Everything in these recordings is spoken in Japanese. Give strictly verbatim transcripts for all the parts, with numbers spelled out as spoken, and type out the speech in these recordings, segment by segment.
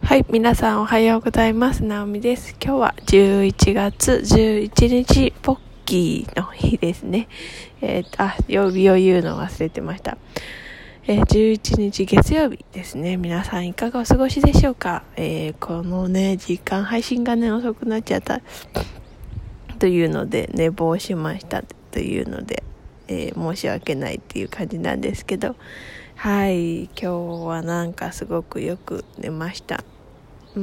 はい、皆さんおはようございます。なおみです。今日はじゅういちがつじゅういちにち、ポッキーの日ですね。えー、あ、曜日を言うの忘れてました。えー、じゅういちにち月曜日ですね。皆さんいかがお過ごしでしょうか。えー、このね、時間配信がね、遅くなっちゃったというので、寝坊しましたというので、えー、申し訳ないっていう感じなんですけど、はい、今日はなんかすごくよく寝ました。うん、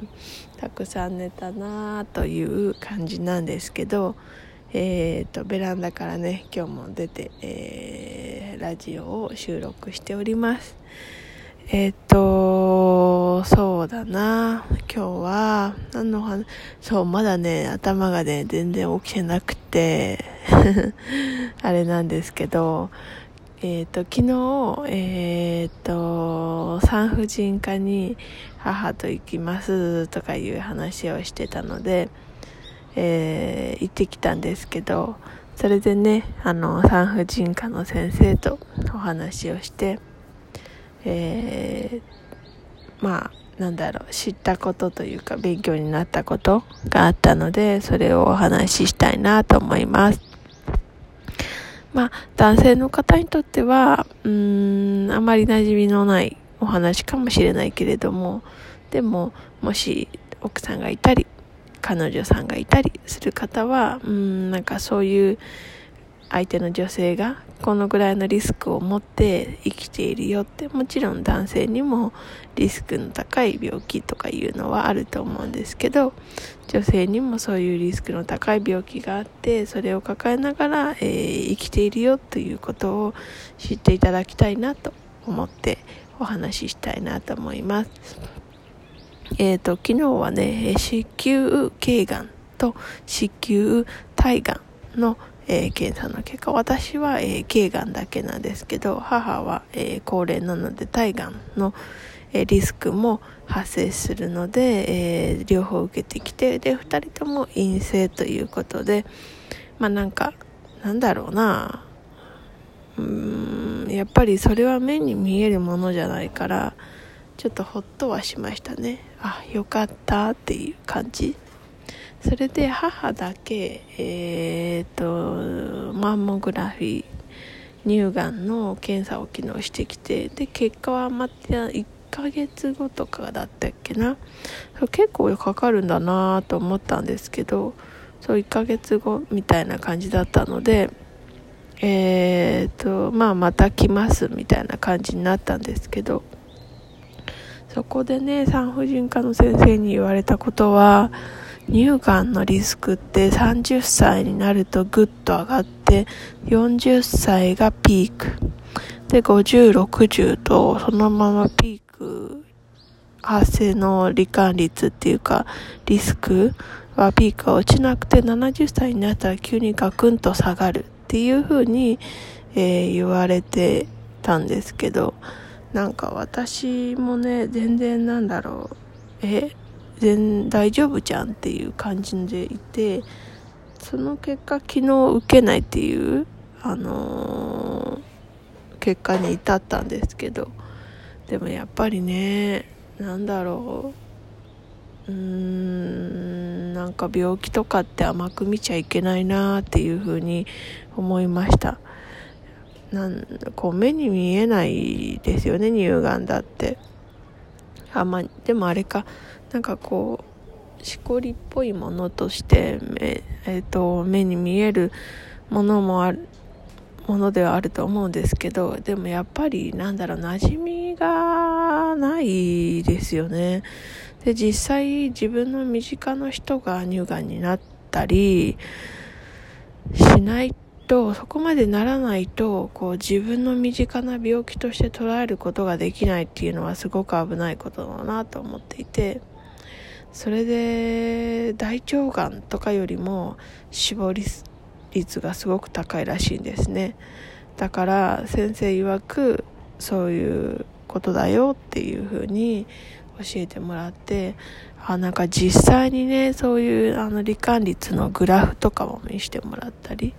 たくさん寝たなという感じなんですけど、えーと、ベランダからね、今日も出て、えー、ラジオを収録しております。えーと、そうだな、今日は、何の話、そう、まだね、頭がね、全然起きてなくて、あれなんですけど、えーと、昨日、えーと、産婦人科に母と行きますとかいう話をしてたので、えー、行ってきたんですけど、それでね、あの、産婦人科の先生とお話をして、えー、まあ、なんだろう、知ったことというか、勉強になったことがあったので、それをお話ししたいなと思います。まあ、男性の方にとっては、うーん、あまり馴染みのないお話かもしれないけれども、でも、もし奥さんがいたり、彼女さんがいたりする方は、うーん、なんかそういう相手の女性がこのぐらいのリスクを持って生きているよって、もちろん男性にもリスクの高い病気とかいうのはあると思うんですけど、女性にもそういうリスクの高い病気があって、それを抱えながら、えー、生きているよということを知っていただきたいなと思ってお話ししたいなと思います。えーと、昨日はね、子宮頸がんと子宮体がんのえー、検査の結果、私は、えー、頸がんだけなんですけど、母は、えー、高齢なので体がんの、えー、リスクも発生するので、えー、両方受けてきて、でふたりとも陰性ということで、まあなんかなんだろうな、うーん、やっぱりそれは目に見えるものじゃないから、ちょっとほっとはしましたね。あ、よかったっていう感じ。それで母だけ、えーと、マンモグラフィー、乳がんの検査を昨日してきて、で、結果はまたいっかげつごとかだったっけな。結構かかるんだなと思ったんですけど、そういっかげつごみたいな感じだったので、えーと、まあまた来ますみたいな感じになったんですけど、そこでね、産婦人科の先生に言われたことは、乳がんのリスクってさんじゅっさいになるとぐっと上がってよんじゅっさいがピークで、ごじゅう、ろくじゅうとそのままピーク発生の罹患率っていうかリスクはピークが落ちなくて、ななじゅっさいになったら急にガクンと下がるっていう風に、えー、言われてたんですけど、なんか私もね、全然なんだろう、え全大丈夫じゃんっていう感じでいて、その結果昨日受けないっていうあのー、結果に至ったんですけど、でもやっぱりね、なんだろう、うーん、なんか病気とかって甘く見ちゃいけないなっていうふうに思いました。なんこう目に見えないですよね、乳がんだって。あ、まあ、でもあれか、なんかこうしこりっぽいものとして目、えーと、目に見えるものもあるものではあると思うんですけど、でもやっぱりなんだろう、馴染みがないですよね。で、実際自分の身近な人が乳がんになったりしないと、そこまでならないと、こう自分の身近な病気として捉えることができないっていうのはすごく危ないことだなと思っていて、それで大腸がんとかよりも死亡率がすごく高いらしいんですね。だから先生曰くそういうことだよっていう風に教えてもらって、あ、なんか実際にね、そういうあの罹患率のグラフとかも見せてもらったり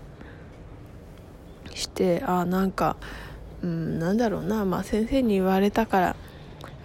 して、あ、なんか、うん、なんだろうな、まあ先生に言われたから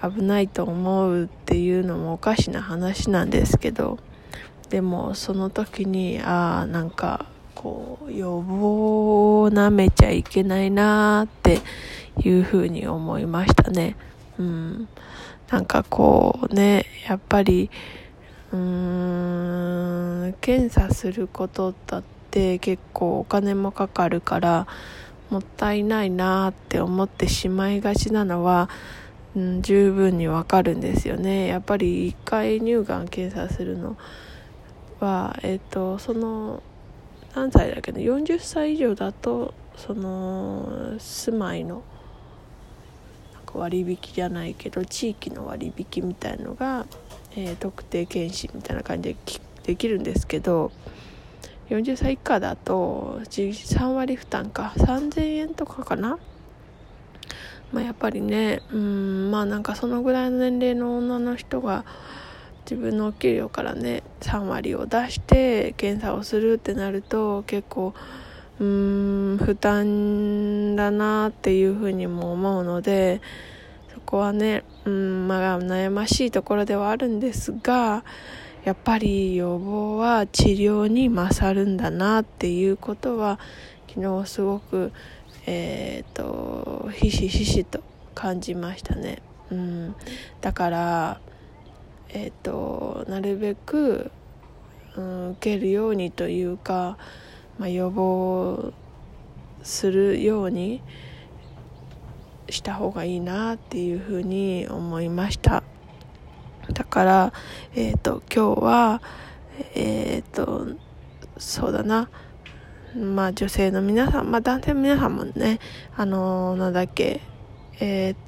危ないと思うっていうのもおかしな話なんですけど、でもその時にああなんかこう予防をなめちゃいけないなっていうふうに思いましたね。うん、なんかこうね、やっぱりうーん検査することだって結構お金もかかるからもったいないなって思ってしまいがちなのは、うん、十分にわかるんですよね。やっぱり一回乳がん検査するのはえっとその何歳だっけどよんじゅっさい以上だとその住まいのなんか割引じゃないけど地域の割引みたいのが、えー、特定健診みたいな感じでできるんですけど、よんじゅっさい以下だとさんわり負担かさんぜんえんとかかな。まあやっぱりね、うーんまあなんかそのぐらいの年齢の女の人が自分のお給料からねさんわりを出して検査をするってなると結構うーん負担だなっていうふうにも思うので、そこはねうんまあ悩ましいところではあるんですが、やっぱり予防は治療に勝るんだなっていうことは昨日すごくえー、とひしひしと感じましたね。うん、だからえー、となるべく、うん、受けるようにというか、まあ、予防するようにした方がいいなっていうふうに思いました。だから、えー、と今日はえー、とそうだなまあ女性の皆さん、まあ男性の皆さんもね、あのー、なんだっけ、えっ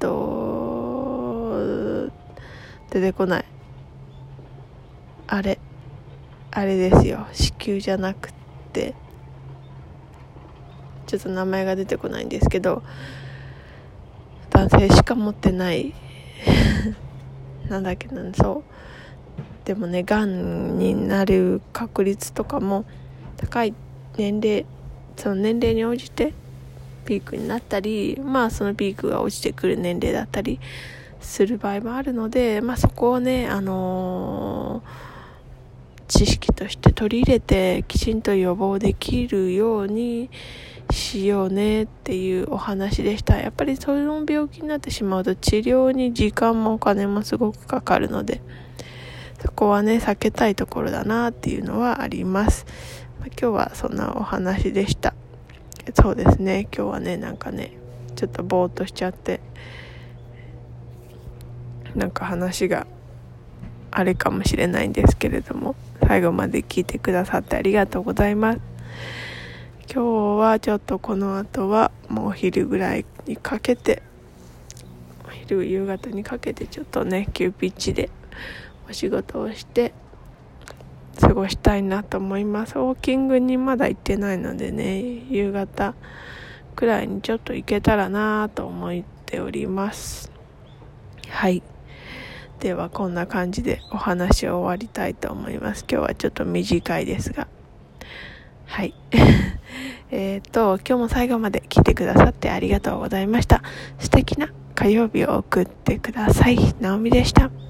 と、出てこない。あれ、あれですよ。子宮じゃなくて、ちょっと名前が出てこないんですけど、男性しか持ってない、なんだっけな、そう。でもね、がんになる確率とかも高い年齢、その年齢に応じてピークになったり、まあそのピークが落ちてくる年齢だったりする場合もあるので、まあそこをね、あのー、知識として取り入れてきちんと予防できるようにしようねっていうお話でした。やっぱりそういう病気になってしまうと治療に時間もお金もすごくかかるので、そこはね避けたいところだなっていうのはあります。今日はそんなお話でした。そうですね、今日はねなんかねちょっとぼーっとしちゃってなんか話があれかもしれないんですけれども、最後まで聞いてくださってありがとうございます。今日はちょっとこの後はもうお昼ぐらいにかけてお昼夕方にかけてちょっとね急ピッチでお仕事をして過ごしたいなと思います。ウォーキングにまだ行ってないのでね、夕方くらいにちょっと行けたらなと思っております。はい、ではこんな感じでお話を終わりたいと思います。今日はちょっと短いですが、はいえっと今日も最後まで聞いてくださってありがとうございました。素敵な火曜日を送ってください。なおみでした。